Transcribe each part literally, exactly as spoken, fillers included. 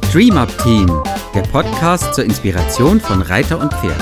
Dream Up Team, der Podcast zur Inspiration von Reiter und Pferd.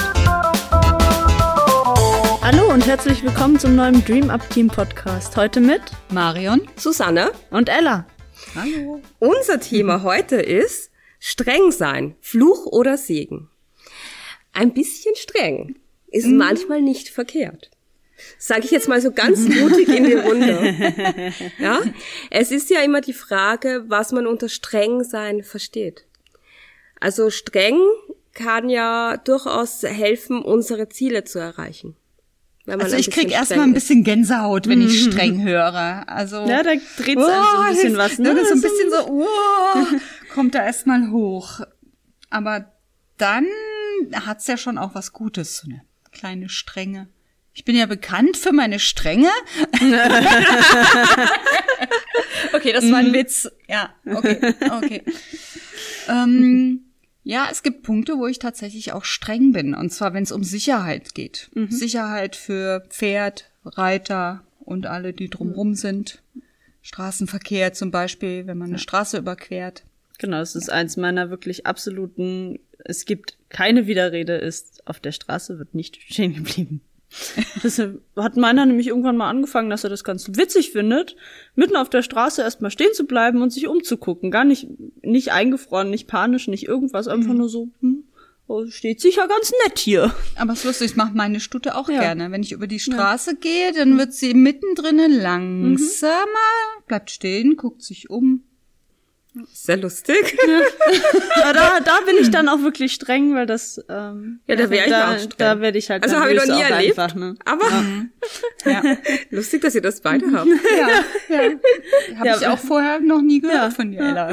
Hallo und herzlich willkommen zum neuen Dream Up Team Podcast. Heute mit Marion, Susanne und Ella. Hallo. Unser Thema heute ist streng sein, Fluch oder Segen. Ein bisschen streng ist mhm. manchmal nicht verkehrt. Sage ich jetzt mal so ganz mutig in die Runde. Ja? Es ist ja immer die Frage, was man unter streng sein versteht. Also streng kann ja durchaus helfen, unsere Ziele zu erreichen. Wenn man also ich krieg erstmal ein bisschen Gänsehaut, wenn ich streng höre. Also ja, da dreht es oh, einem so ein bisschen was. Ne? So ein bisschen so, oh, kommt da erstmal hoch. Aber dann hat's ja schon auch was Gutes, so eine kleine Strenge. Ich bin ja bekannt für meine Strenge. Okay, das war ein Witz. Ja, okay, okay. ähm, ja, es gibt Punkte, wo ich tatsächlich auch streng bin. Und zwar, wenn es um Sicherheit geht. Mhm. Sicherheit für Pferd, Reiter und alle, die drumherum sind. Straßenverkehr zum Beispiel, wenn man eine Straße überquert. Genau, das ist ja. eins meiner wirklich absoluten, es gibt keine Widerrede, ist, auf der Straße wird nicht stehen geblieben. Das hat meiner nämlich irgendwann mal angefangen, dass er das ganz witzig findet, mitten auf der Straße erstmal stehen zu bleiben und sich umzugucken. Gar nicht, nicht eingefroren, nicht panisch, nicht irgendwas, einfach mhm. nur so, hm, oh, steht sicher ganz nett hier. Aber es ist lustig, das macht meine Stute auch ja. gerne. Wenn ich über die Straße ja. gehe, dann wird sie mittendrin langsamer, mhm. bleibt stehen, guckt sich um. Sehr lustig. Ja. Aber da, da bin ich dann auch wirklich streng, weil das ähm, ja, da wäre ich da, auch streng. Da werde ich halt also habe ich noch nie erlebt. Einfach, ne? Aber ja. ja. lustig, dass ihr das beide habt. Ja, ja. Habe ja. ich auch vorher noch nie gehört ja. von dir, Ella.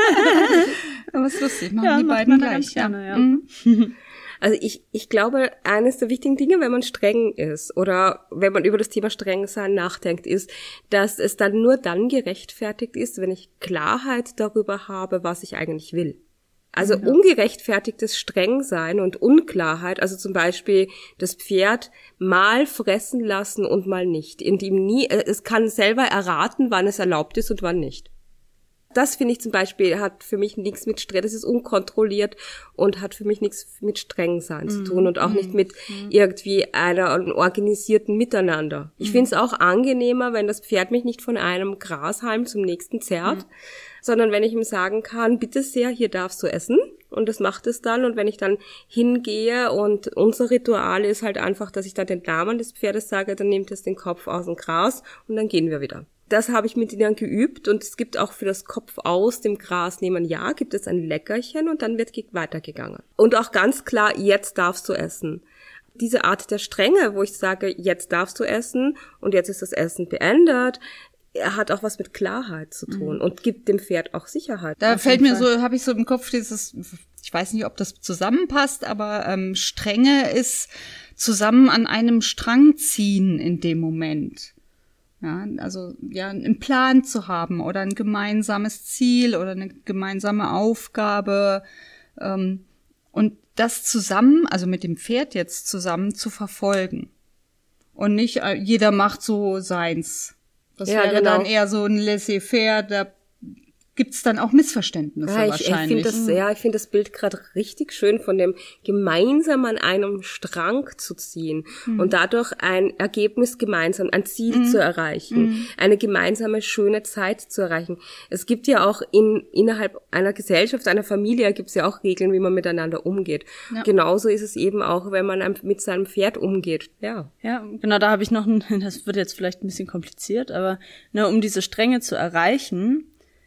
Aber es ist lustig, machen ja, die beiden gleich. Gerne, ja. Mhm. Also ich, ich glaube, eines der wichtigen Dinge, wenn man streng ist oder wenn man über das Thema streng sein nachdenkt, ist, dass es dann nur dann gerechtfertigt ist, wenn ich Klarheit darüber habe, was ich eigentlich will. Also ja. ungerechtfertigtes Strengsein und Unklarheit, also zum Beispiel das Pferd mal fressen lassen und mal nicht, indem nie, es kann selber erraten, wann es erlaubt ist und wann nicht. Das finde ich zum Beispiel, hat für mich nichts mit Stress, das ist unkontrolliert und hat für mich nichts mit Strengsein mm. zu tun und auch mm. nicht mit mm. irgendwie einer einem organisierten Miteinander. Ich mm. finde es auch angenehmer, wenn das Pferd mich nicht von einem Grashalm zum nächsten zerrt, mm. sondern wenn ich ihm sagen kann, bitte sehr, hier darfst du essen. Und das macht es dann. Und wenn ich dann hingehe und unser Ritual ist halt einfach, dass ich dann den Namen des Pferdes sage, dann nimmt es den Kopf aus dem Gras und dann gehen wir wieder. Das habe ich mit ihnen geübt und es gibt auch für das Kopf aus dem Gras nehmen, ja, gibt es ein Leckerchen und dann wird weitergegangen. Und auch ganz klar, jetzt darfst du essen. Diese Art der Strenge, wo ich sage, jetzt darfst du essen und jetzt ist das Essen beendet, hat auch was mit Klarheit zu tun mhm. und gibt dem Pferd auch Sicherheit. Da fällt mir so, habe ich so im Kopf dieses, ich weiß nicht, ob das zusammenpasst, aber ähm, Strenge ist zusammen an einem Strang ziehen in dem Moment. Ja, also ja, einen Plan zu haben oder ein gemeinsames Ziel oder eine gemeinsame Aufgabe ähm, und das zusammen, also mit dem Pferd jetzt zusammen zu verfolgen und nicht äh, jeder macht so seins. Das ja, wäre genau. dann eher so ein Laissez-faire, da gibt's dann auch Missverständnisse ja, ich, wahrscheinlich. Ich finde das, ja, ich finde das Bild gerade richtig schön, von dem gemeinsam an einem Strang zu ziehen mhm. und dadurch ein Ergebnis gemeinsam, ein Ziel mhm. zu erreichen, mhm. eine gemeinsame schöne Zeit zu erreichen. Es gibt ja auch in innerhalb einer Gesellschaft, einer Familie gibt's ja auch Regeln, wie man miteinander umgeht. Ja. Genauso ist es eben auch, wenn man mit seinem Pferd umgeht. Ja, ja, genau, da habe ich noch, ein, das wird jetzt vielleicht ein bisschen kompliziert, aber ne, um diese Strenge zu erreichen,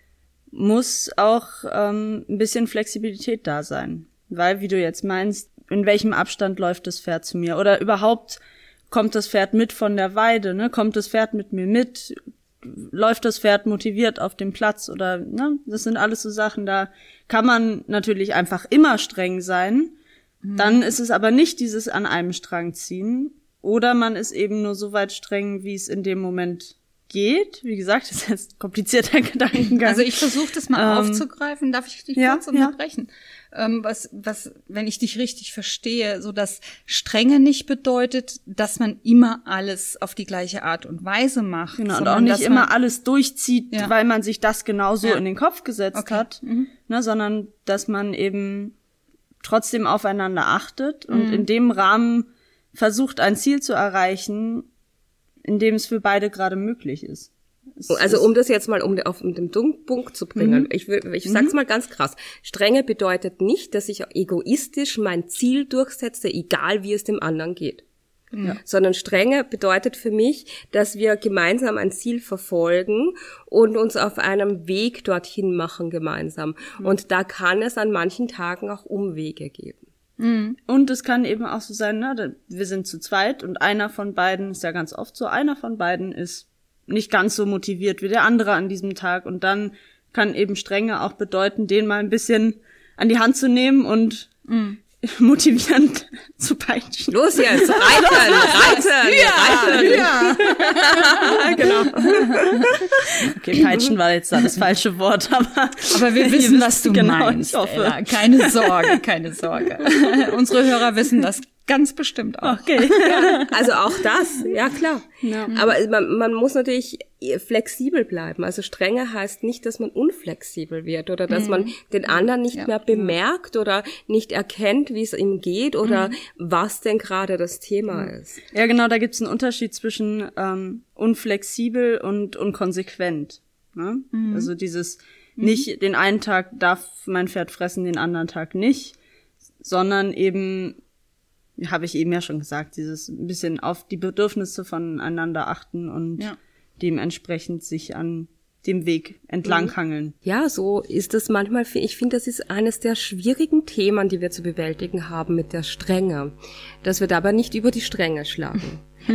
muss auch ähm, ein bisschen Flexibilität da sein. Weil, wie du jetzt meinst, in welchem Abstand läuft das Pferd zu mir? Oder überhaupt, kommt das Pferd mit von der Weide? Ne? Kommt das Pferd mit mir mit? Läuft das Pferd motiviert auf dem Platz? Oder ne? Das sind alles so Sachen, da kann man natürlich einfach immer streng sein. Mhm. Dann ist es aber nicht dieses an einem Strang ziehen. Oder man ist eben nur so weit streng, wie es in dem Moment geht. Wie gesagt, das ist jetzt ein komplizierter Gedankengang. Also ich versuche das mal ähm, aufzugreifen. Darf ich dich ja, kurz unterbrechen? Ja. Ähm, was, was, wenn ich dich richtig verstehe, so dass Strenge nicht bedeutet, dass man immer alles auf die gleiche Art und Weise macht. Genau, und auch nicht immer alles durchzieht, ja. weil man sich das genauso ja. in den Kopf gesetzt okay. hat, mhm. ne, sondern dass man eben trotzdem aufeinander achtet und mhm. in dem Rahmen versucht, ein Ziel zu erreichen, in dem es für beide gerade möglich ist. Es also ist um das jetzt mal um auf den Punkt zu bringen, mhm. ich, ich sag's mhm. mal ganz krass, Strenge bedeutet nicht, dass ich egoistisch mein Ziel durchsetze, egal wie es dem anderen geht. Ja. Sondern Strenge bedeutet für mich, dass wir gemeinsam ein Ziel verfolgen und uns auf einem Weg dorthin machen gemeinsam. Mhm. Und da kann es an manchen Tagen auch Umwege geben. Mhm. Und es kann eben auch so sein, ne, wir sind zu zweit und einer von beiden, ist ja ganz oft so, einer von beiden ist nicht ganz so motiviert wie der andere an diesem Tag. Und dann kann eben Strenge auch bedeuten, den mal ein bisschen an die Hand zu nehmen und mhm. motivierend zu peitschen. Los jetzt, reiten, reiten, ja, reiten. Ja. Genau. Okay, peitschen war jetzt da das falsche Wort, aber aber wir wissen, was du genau, meinst. Ich hoffe. Ella. Keine Sorge, keine Sorge. Unsere Hörer wissen das ganz bestimmt auch. Okay. Ja, also auch das, ja klar. Ja. Aber man, man muss natürlich flexibel bleiben. Also Strenge heißt nicht, dass man unflexibel wird oder dass mhm. man den anderen nicht ja. mehr bemerkt oder nicht erkennt, wie es ihm geht oder mhm. was denn gerade das Thema mhm. ist. Ja, genau, da gibt's einen Unterschied zwischen ähm, unflexibel und unkonsequent. Ne? Mhm. Also dieses mhm. nicht, den einen Tag darf mein Pferd fressen, den anderen Tag nicht, sondern eben, habe ich eben ja schon gesagt, dieses ein bisschen auf die Bedürfnisse voneinander achten und ja. dementsprechend sich an dem Weg entlanghangeln. Ja, so ist es manchmal. Ich finde, das ist eines der schwierigen Themen, die wir zu bewältigen haben mit der Strenge, dass wir dabei nicht über die Strenge schlagen.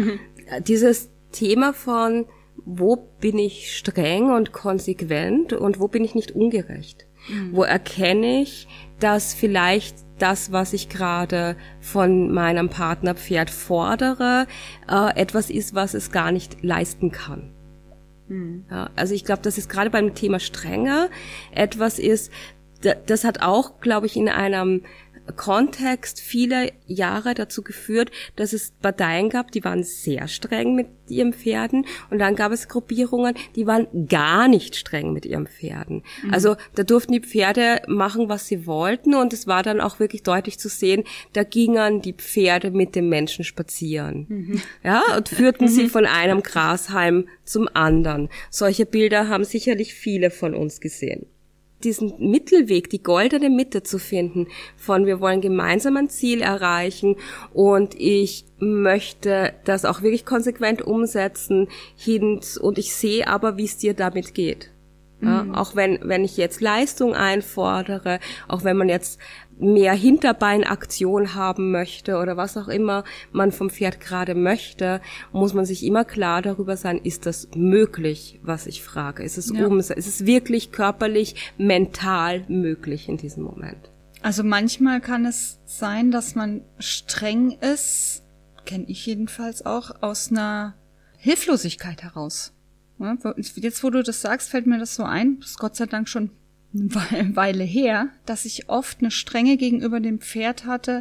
Dieses Thema von, wo bin ich streng und konsequent und wo bin ich nicht ungerecht? Mhm. Wo erkenne ich, dass vielleicht das, was ich gerade von meinem Partnerpferd fordere, äh, etwas ist, was es gar nicht leisten kann. Mhm. Ja, also ich glaube, dass es gerade beim Thema Strenge etwas ist, das hat auch, glaube ich, in einem Kontext viele Jahre dazu geführt, dass es Parteien gab, die waren sehr streng mit ihren Pferden und dann gab es Gruppierungen, die waren gar nicht streng mit ihren Pferden. Mhm. Also da durften die Pferde machen, was sie wollten und es war dann auch wirklich deutlich zu sehen, da gingen die Pferde mit den Menschen spazieren. Mhm. Ja, und führten mhm. sie von einem Grashalm zum anderen. Solche Bilder haben sicherlich viele von uns gesehen. Diesen Mittelweg, die goldene Mitte zu finden, von wir wollen gemeinsam ein Ziel erreichen und ich möchte das auch wirklich konsequent umsetzen hin und ich sehe aber, wie es dir damit geht. Ja, mhm. Auch wenn wenn ich jetzt Leistung einfordere, auch wenn man jetzt mehr Hinterbeinaktion haben möchte oder was auch immer man vom Pferd gerade möchte, muss man sich immer klar darüber sein, ist das möglich, was ich frage? Ist es ja. um, ist es wirklich körperlich, mental möglich in diesem Moment? Also manchmal kann es sein, dass man streng ist, kenne ich jedenfalls auch, aus einer Hilflosigkeit heraus. Ja, jetzt, wo du das sagst, fällt mir das so ein, das ist Gott sei Dank schon eine Weile her, dass ich oft eine Strenge gegenüber dem Pferd hatte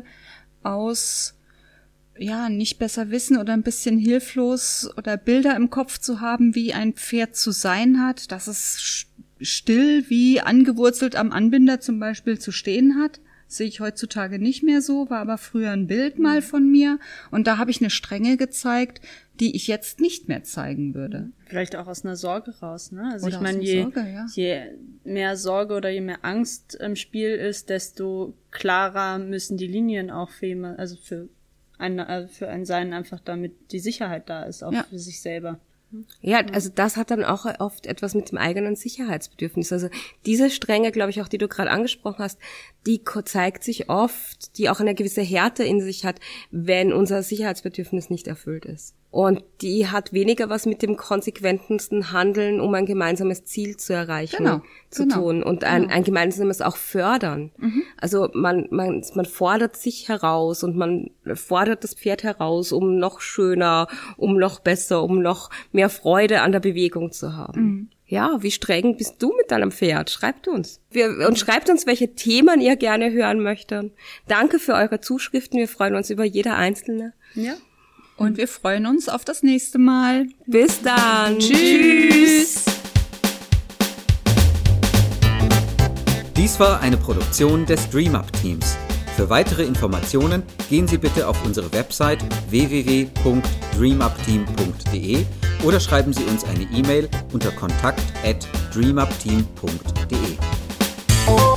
aus, ja, nicht besser wissen oder ein bisschen hilflos oder Bilder im Kopf zu haben, wie ein Pferd zu sein hat, dass es still wie angewurzelt am Anbinder zum Beispiel zu stehen hat. Sehe ich heutzutage nicht mehr so, war aber früher ein Bild mal von mir und da habe ich eine Strenge gezeigt, die ich jetzt nicht mehr zeigen würde. Vielleicht auch aus einer Sorge raus, ne? Also oder ich meine, je, Sorge, ja. je mehr Sorge oder je mehr Angst im Spiel ist, desto klarer müssen die Linien auch für jemand, also für ein, also für ein Sein einfach, damit die Sicherheit da ist, auch ja. für sich selber. Ja, also das hat dann auch oft etwas mit dem eigenen Sicherheitsbedürfnis. Also diese Strenge, glaube ich, auch die du gerade angesprochen hast, die zeigt sich oft, die auch eine gewisse Härte in sich hat, wenn unser Sicherheitsbedürfnis nicht erfüllt ist. Und die hat weniger was mit dem konsequentesten Handeln, um ein gemeinsames Ziel zu erreichen, genau, zu genau, tun. Und ein, genau. ein gemeinsames auch fördern. Mhm. Also man, man, man fordert sich heraus und man fordert das Pferd heraus, um noch schöner, um noch besser, um noch mehr Freude an der Bewegung zu haben. Mhm. Ja, wie streng bist du mit deinem Pferd? Schreibt uns. Wir, und schreibt uns, welche Themen ihr gerne hören möchtet. Danke für eure Zuschriften. Wir freuen uns über jede einzelne. Ja. Und wir freuen uns auf das nächste Mal. Bis dann. Tschüss. Dies war eine Produktion des DreamUp-Teams. Für weitere Informationen gehen Sie bitte auf unsere Website w w w punkt dreamupteam punkt d e oder schreiben Sie uns eine E-Mail unter kontakt at dreamupteam punkt d e.